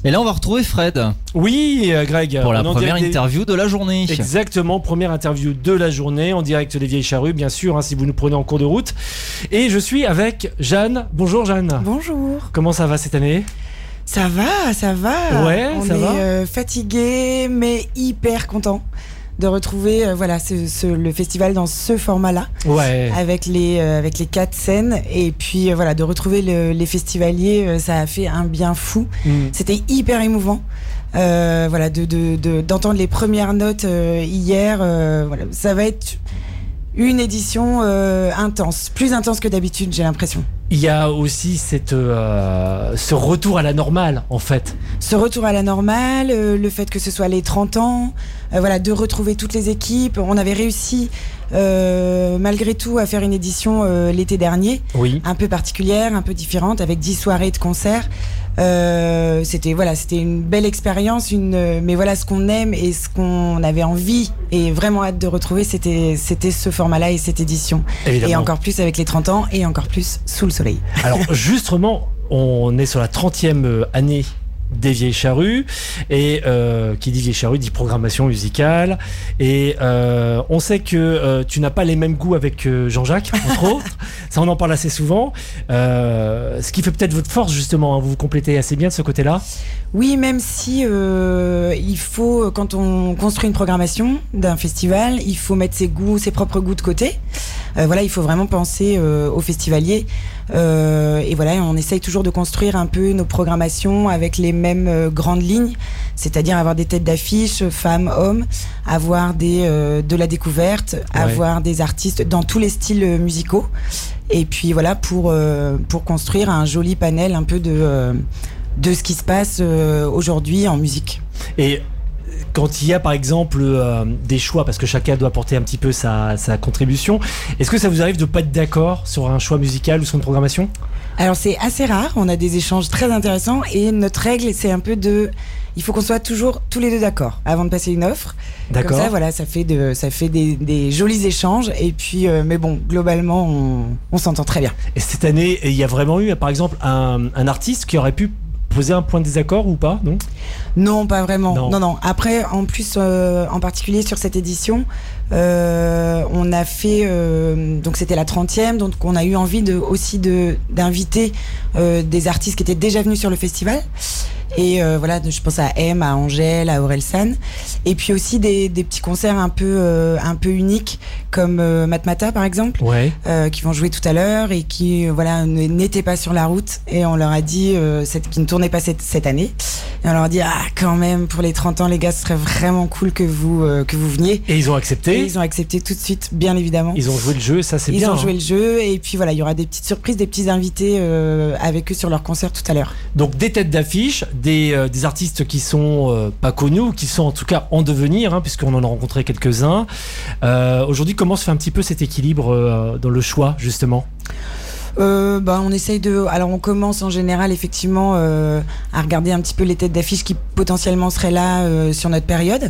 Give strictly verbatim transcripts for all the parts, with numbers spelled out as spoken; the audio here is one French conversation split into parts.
Et là, on va retrouver Fred. Oui, euh, Greg. Pour la première interview des... de la journée. Exactement, première interview de la journée, en direct des Vieilles Charrues, bien sûr, hein, si vous nous prenez en cours de route. Et je suis avec Jeanne. Bonjour Jeanne. Bonjour. Comment ça va cette année ? Ça va, ça va. Ouais, on ça est va. euh, fatigué, mais hyper content de retrouver euh, voilà ce, ce, le festival dans ce format-là, ouais. avec les euh, avec les quatre scènes, et puis euh, voilà, de retrouver le, les festivaliers, euh, ça a fait un bien fou. Mm. C'était hyper émouvant. Euh, voilà, de, de, de d'entendre les premières notes euh, hier. Euh, voilà, ça va être une édition euh, intense, plus intense que d'habitude, j'ai l'impression. Il y a aussi cette, euh, ce retour à la normale, en fait. Ce retour à la normale, euh, le fait que ce soit les trente ans, euh, voilà, de retrouver toutes les équipes. On avait réussi, euh, malgré tout, à faire une édition euh, l'été dernier, oui. un peu particulière, un peu différente, avec dix soirées de concerts. Euh, c'était voilà, c'était une belle expérience, une, mais voilà, ce qu'on aime et ce qu'on avait envie et vraiment hâte de retrouver, c'était, c'était ce format-là et cette édition. Évidemment. Et encore plus avec les trente ans et encore plus sous le soleil. Alors justement, on est sur la trentième année des Vieilles Charrues, et euh, qui dit Vieilles Charrues dit programmation musicale, et euh, on sait que euh, tu n'as pas les mêmes goûts avec euh, Jean-Jacques, entre autres, ça on en parle assez souvent, euh, ce qui fait peut-être votre force justement, hein, vous vous complétez assez bien de ce côté-là. Oui, même si euh, il faut, quand on construit une programmation d'un festival, il faut mettre ses goûts, ses propres goûts de côté. Euh, voilà, il faut vraiment penser euh, aux festivaliers. Euh, et voilà, on essaye toujours de construire un peu nos programmations avec les mêmes euh, grandes lignes, c'est-à-dire avoir des têtes d'affiche, femmes, hommes, avoir des, euh, de la découverte, ouais. avoir des artistes dans tous les styles musicaux. Et puis voilà, pour, euh, pour construire un joli panel un peu de, euh, de ce qui se passe euh, aujourd'hui en musique. Et quand il y a par exemple euh, des choix, parce que chacun doit apporter un petit peu sa, sa contribution, est-ce que ça vous arrive de ne pas être d'accord sur un choix musical ou sur une programmation ? Alors c'est assez rare, on a des échanges très intéressants, et notre règle c'est un peu de... Il faut qu'on soit toujours tous les deux d'accord avant de passer une offre. D'accord. Comme ça, voilà, ça fait, de, ça fait des, des jolis échanges, et puis, euh, mais bon, globalement, on, on s'entend très bien. Et cette année, il y a vraiment eu par exemple un, un artiste qui aurait pu poser un point de désaccord ou pas, non ? Non, pas vraiment. Non, non. non. Après, en plus, euh, en particulier sur cette édition, euh, on a fait, euh, donc c'était la trentième, donc on a eu envie de, aussi de, d'inviter euh, des artistes qui étaient déjà venus sur le festival. Et euh, voilà, je pense à M, à Angèle, à Orelsan, et puis aussi des, des petits concerts un peu euh, un peu uniques comme euh, Matmata par exemple, ouais. euh, qui vont jouer tout à l'heure et qui euh, voilà n'étaient pas sur la route, et on leur a dit euh, cette, qui ne tournaient pas cette, cette année, et on leur a dit ah quand même pour les trente ans les gars, ce serait vraiment cool que vous euh, que vous veniez. Et ils ont accepté. Et ils ont accepté tout de suite, bien évidemment. Ils ont joué le jeu, ça c'est ils bien. Ils ont hein. joué le jeu, et puis voilà, il y aura des petites surprises, des petits invités euh, avec eux sur leur concert tout à l'heure. Donc des têtes d'affiche, des, euh, des artistes qui sont euh, pas connus, qui sont en tout cas en devenir, hein, puisqu'on en a rencontré quelques-uns. Euh, aujourd'hui, comment se fait un petit peu cet équilibre euh, dans le choix, justement ? Euh, bah, on essaye de. Alors, on commence en général effectivement euh, à regarder un petit peu les têtes d'affiche qui potentiellement seraient là euh, sur notre période,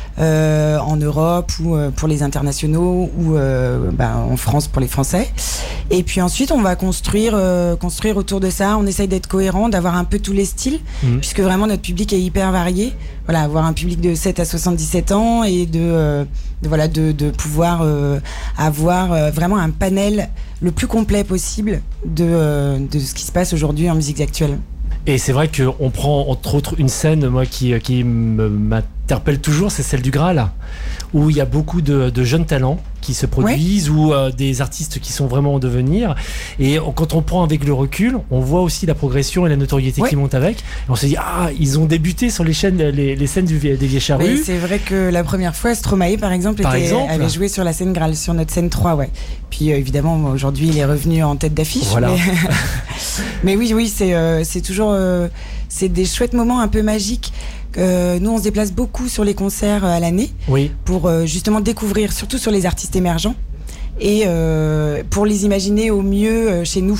euh, en Europe ou euh, pour les internationaux, ou euh, bah, en France pour les Français. Et puis ensuite, on va construire, euh, construire autour de ça. On essaye d'être cohérent, d'avoir un peu tous les styles, mmh. puisque vraiment notre public est hyper varié. Voilà, avoir un public de sept à soixante-dix-sept ans, et de, euh, de voilà, de, de pouvoir euh, avoir euh, vraiment un panel le plus complet possible de, euh, de ce qui se passe aujourd'hui en musique actuelle. Et c'est vrai qu'on prend entre autres une scène, moi, qui, qui m'interpelle toujours, c'est celle du Graal, où il y a beaucoup de, de jeunes talents qui se produisent, ouais. ou euh, des artistes qui sont vraiment en devenir. Et quand on prend avec le recul, on voit aussi la progression et la notoriété ouais. qui monte avec. Et on se dit, ah, ils ont débuté sur les chaînes, les, les scènes du, des Vieilles Charrues. Oui, c'est vrai que la première fois, Stromae, par exemple, par était, exemple avait joué sur la scène Graal, sur notre scène trois, ouais. Puis euh, évidemment, aujourd'hui, il est revenu en tête d'affiche. Voilà. Mais, mais oui, oui, c'est, euh, c'est toujours, euh, c'est des chouettes moments un peu magiques. Euh, nous, on se déplace beaucoup sur les concerts à l'année, oui. pour euh, justement découvrir, surtout sur les artistes émergents, et euh, pour les imaginer au mieux euh, chez nous,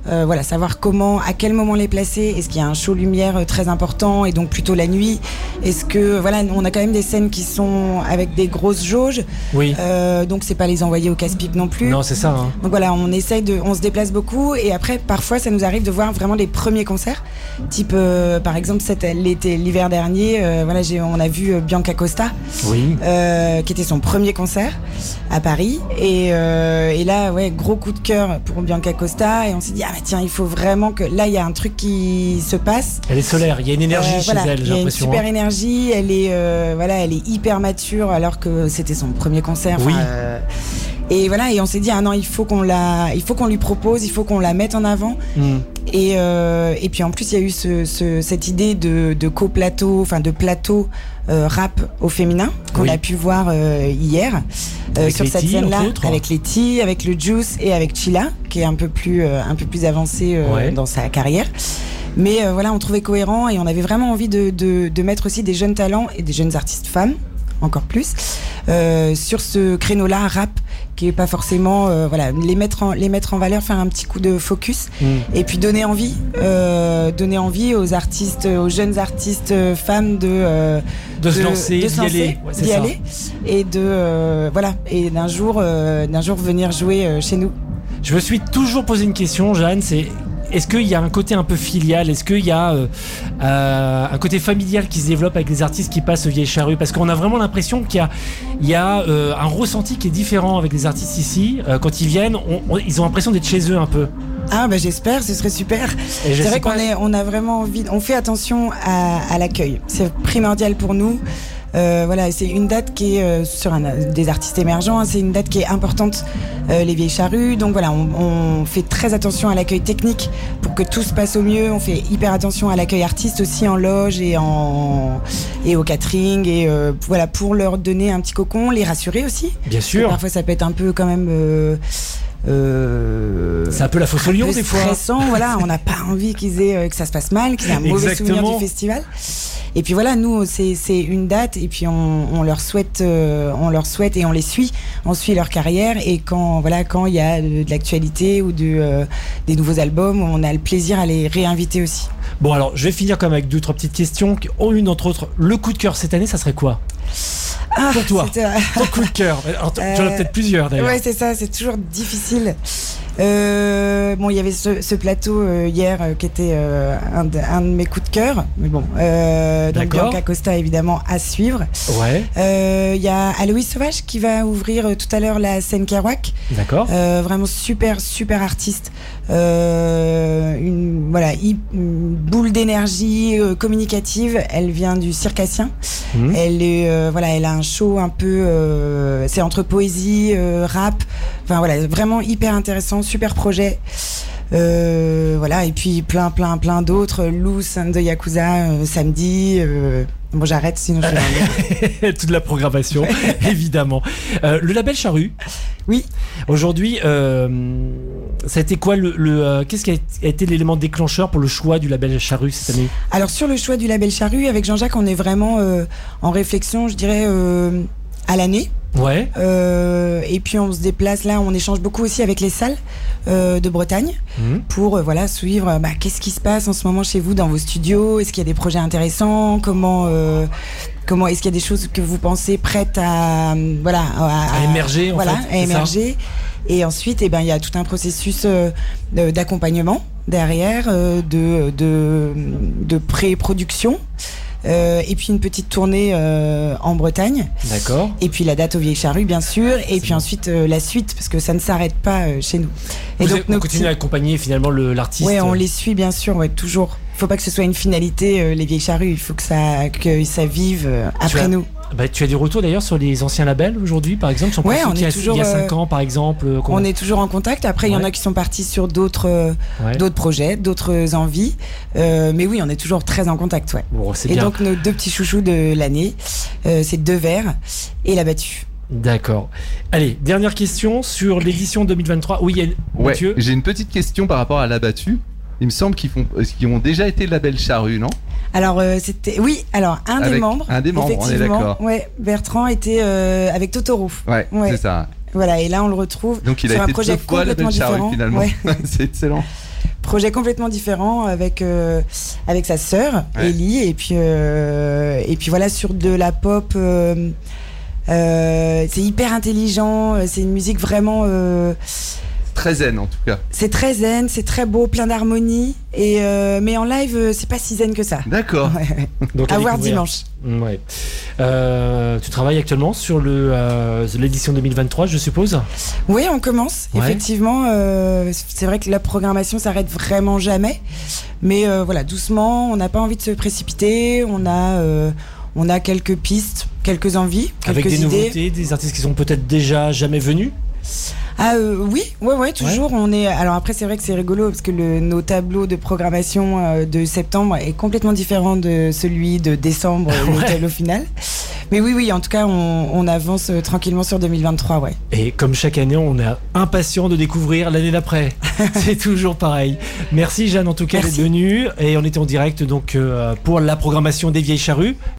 Euh, voilà, savoir comment, à quel moment les placer. Est-ce qu'il y a un show lumière euh, très important et donc plutôt la nuit? Est-ce que voilà, on a quand même des scènes qui sont avec des grosses jauges. Oui. Euh, donc c'est pas les envoyer au casse-pipe non plus. Non, c'est ça. Hein. Donc voilà, on essaye de, on se déplace beaucoup et après parfois ça nous arrive de voir vraiment les premiers concerts. Type euh, par exemple cet l'été, l'hiver dernier, euh, voilà, j'ai, on a vu euh, Bianca Costa. Oui. Euh, qui était son premier concert à Paris et, euh, et là ouais, gros coup de cœur pour Bianca Costa et on s'est dit ah bah tiens, il faut vraiment que là il y a un truc qui se passe. Elle est solaire, il y a une énergie euh, chez voilà, elle, j'ai il y a l'impression. une super hein. énergie, elle est euh, voilà, elle est hyper mature alors que c'était son premier concert. Oui. Euh, et voilà, et on s'est dit ah non, il faut qu'on la, il faut qu'on lui propose, il faut qu'on la mette en avant. Mm. Et, euh, et puis en plus il y a eu ce, ce, cette idée de, de co-plateau, enfin de plateau euh, rap au féminin qu'on oui. a pu voir euh, hier euh, sur cette scène-là avec Letty, avec le Juice et avec Chilla qui est un peu plus euh, un peu plus avancé euh, ouais. dans sa carrière. Mais euh, voilà, on trouvait cohérent et on avait vraiment envie de, de, de mettre aussi des jeunes talents et des jeunes artistes femmes encore plus euh, sur ce créneau-là rap qui est pas forcément euh, voilà, les mettre en les mettre en valeur, faire un petit coup de focus mm. et puis donner envie euh, donner envie aux artistes, aux jeunes artistes euh, femmes de euh, de, de se lancer, de d'y aller, ouais, d'y aller et de euh, voilà et d'un jour euh, d'un jour venir jouer euh, chez nous. Je me suis toujours posé une question, Jeanne, c'est est-ce qu'il y a un côté un peu filial? Est-ce qu'il y a euh, euh, un côté familial qui se développe avec les artistes qui passent Vieille Charrue? Parce qu'on a vraiment l'impression qu'il y a, il y a euh, un ressenti qui est différent avec les artistes ici. Euh, quand ils viennent, on, on, ils ont l'impression d'être chez eux un peu. Ah bah j'espère, ce serait super. Et c'est vrai qu'on est, on a vraiment envie, on fait attention à, à l'accueil. C'est primordial pour nous. Euh, voilà, c'est une date qui est euh, sur un, des artistes émergents, hein, c'est une date qui est importante, euh, les Vieilles Charrues. Donc voilà, on, on fait très attention à l'accueil technique pour que tout se passe au mieux. On fait hyper attention à l'accueil artiste aussi en loge et en et au catering et euh, voilà, pour leur donner un petit cocon, les rassurer aussi. Bien sûr. Parfois ça peut être un peu quand même. Euh, Euh, c'est un peu la fosse au lion des fois. Stressant, voilà, on n'a pas envie qu'ils aient euh, que ça se passe mal, qu'ils aient un mauvais Exactement. souvenir du festival. Et puis voilà, nous c'est c'est une date et puis on, on leur souhaite euh, on leur souhaite et on les suit, on suit leur carrière et quand voilà quand il y a de, de l'actualité ou de euh, des nouveaux albums, on a le plaisir à les réinviter aussi. Bon alors, je vais finir comme avec deux trois petites questions. Une d'entre autres, le coup de cœur cette année, ça serait quoi? Ah, pour toi, ton coup de cœur. Tu en as peut-être plusieurs d'ailleurs. Ouais, c'est ça, c'est toujours difficile. Euh, bon, il y avait ce, ce plateau euh, hier euh, qui était euh, un, de, un de mes coups de cœur. Mais bon, euh, donc Bianca Costa évidemment à suivre. Ouais. Il euh, y a Aloïs Sauvage qui va ouvrir euh, tout à l'heure la scène Kerouac. D'accord. Euh, vraiment super super artiste. Euh, une voilà une boule d'énergie euh, communicative. Elle vient du Circassien. Mmh. Elle est euh, voilà, elle a un show un peu. Euh, c'est entre poésie, euh, rap. Enfin voilà, vraiment hyper intéressant, super projet. Euh, voilà, et puis plein, plein, plein d'autres. Loose and the Yakuza euh, samedi. Euh, bon, j'arrête sinon je vais toute la programmation, évidemment. Euh, le label Charrue. Oui. Aujourd'hui, euh, ça a été quoi le, le euh, qu'est-ce qui a été l'élément déclencheur pour le choix du label Charrue cette année? Alors sur le choix du label Charrue, avec Jean-Jacques, on est vraiment euh, en réflexion, je dirais, euh, à l'année. Ouais. Euh, et puis on se déplace là, on échange beaucoup aussi avec les salles euh, de Bretagne mmh. pour euh, voilà suivre bah, qu'est-ce qui se passe en ce moment chez vous dans vos studios, est-ce qu'il y a des projets intéressants, comment euh, comment est-ce qu'il y a des choses que vous pensez prêtes à voilà à, à émerger en voilà fait, à émerger ça. Et ensuite et eh ben il y a tout un processus euh, d'accompagnement derrière euh, de de de pré-production. Euh, et puis une petite tournée euh, en Bretagne. D'accord. Et puis la date aux Vieilles Charrues, bien sûr. Et puis ensuite euh, la suite, parce que ça ne s'arrête pas euh, chez nous. Et Vous donc on continue petits... à accompagner finalement le, l'artiste. Ouais, on les suit bien sûr, ouais, toujours. Il ne faut pas que ce soit une finalité, euh, les Vieilles Charrues. Il faut que ça, que ça vive euh, après as... nous. Bah, tu as des retours d'ailleurs sur les anciens labels aujourd'hui, par exemple, ouais, on est a, toujours, il y a cinq ans, par exemple. Euh, on est toujours en contact. Après, il ouais. y en a qui sont partis sur d'autres, euh, ouais. d'autres projets, d'autres envies. Euh, mais oui, on est toujours très en contact. Ouais. Bon, c'est et bien. donc, nos deux petits chouchous de l'année, euh, c'est Deux Verres et La Battue. D'accord. Allez, dernière question sur l'édition deux mille vingt-trois. Oui, elle... ouais, Mathieu. J'ai une petite question par rapport à La Battue. Il me semble qu'ils font, qu'ils ont déjà été label Charrue, non? Alors euh, c'était oui, alors un avec des membres, un des membres, on est d'accord. Ouais, Bertrand était euh, avec Totoro. Ouais, ouais, c'est ça. Voilà, et là on le retrouve donc il sur a un été projet deux fois complètement label Charrue différent. finalement. Ouais. C'est excellent. projet complètement différent avec euh, avec sa sœur Ouais. Ellie et puis euh, et puis voilà sur de la pop. Euh, euh, c'est hyper intelligent. C'est une musique vraiment. Euh, Très zen en tout cas. c'est très zen, c'est très beau, plein d'harmonie. Et euh, mais en live, euh, c'est pas si zen que ça. D'accord. Ouais, ouais. Donc À à voir découvrir. dimanche. Ouais. Euh, tu travailles actuellement sur le, euh, l'édition deux mille vingt-trois, je suppose. Oui, on commence. Ouais. Effectivement, euh, c'est vrai que la programmation s'arrête vraiment jamais. Mais euh, voilà, doucement, on n'a pas envie de se précipiter. On a, euh, on a quelques pistes, quelques envies, quelques Avec des idées. nouveautés, des artistes qui sont peut-être déjà jamais venus. Ah euh, oui, ouais, ouais, toujours. On est. Alors après, c'est vrai que c'est rigolo parce que le, nos tableaux de programmation euh, de septembre est complètement différent de celui de décembre, Ouais. le tableau final. Mais oui, oui, en tout cas, on, on avance euh, tranquillement sur deux mille vingt-trois, ouais. Et comme chaque année, on est impatient de découvrir l'année d'après. C'est toujours pareil. Merci Jeanne en tout cas Merci. d'être venue. Et on était en direct donc euh, pour la programmation des Vieilles Charrues.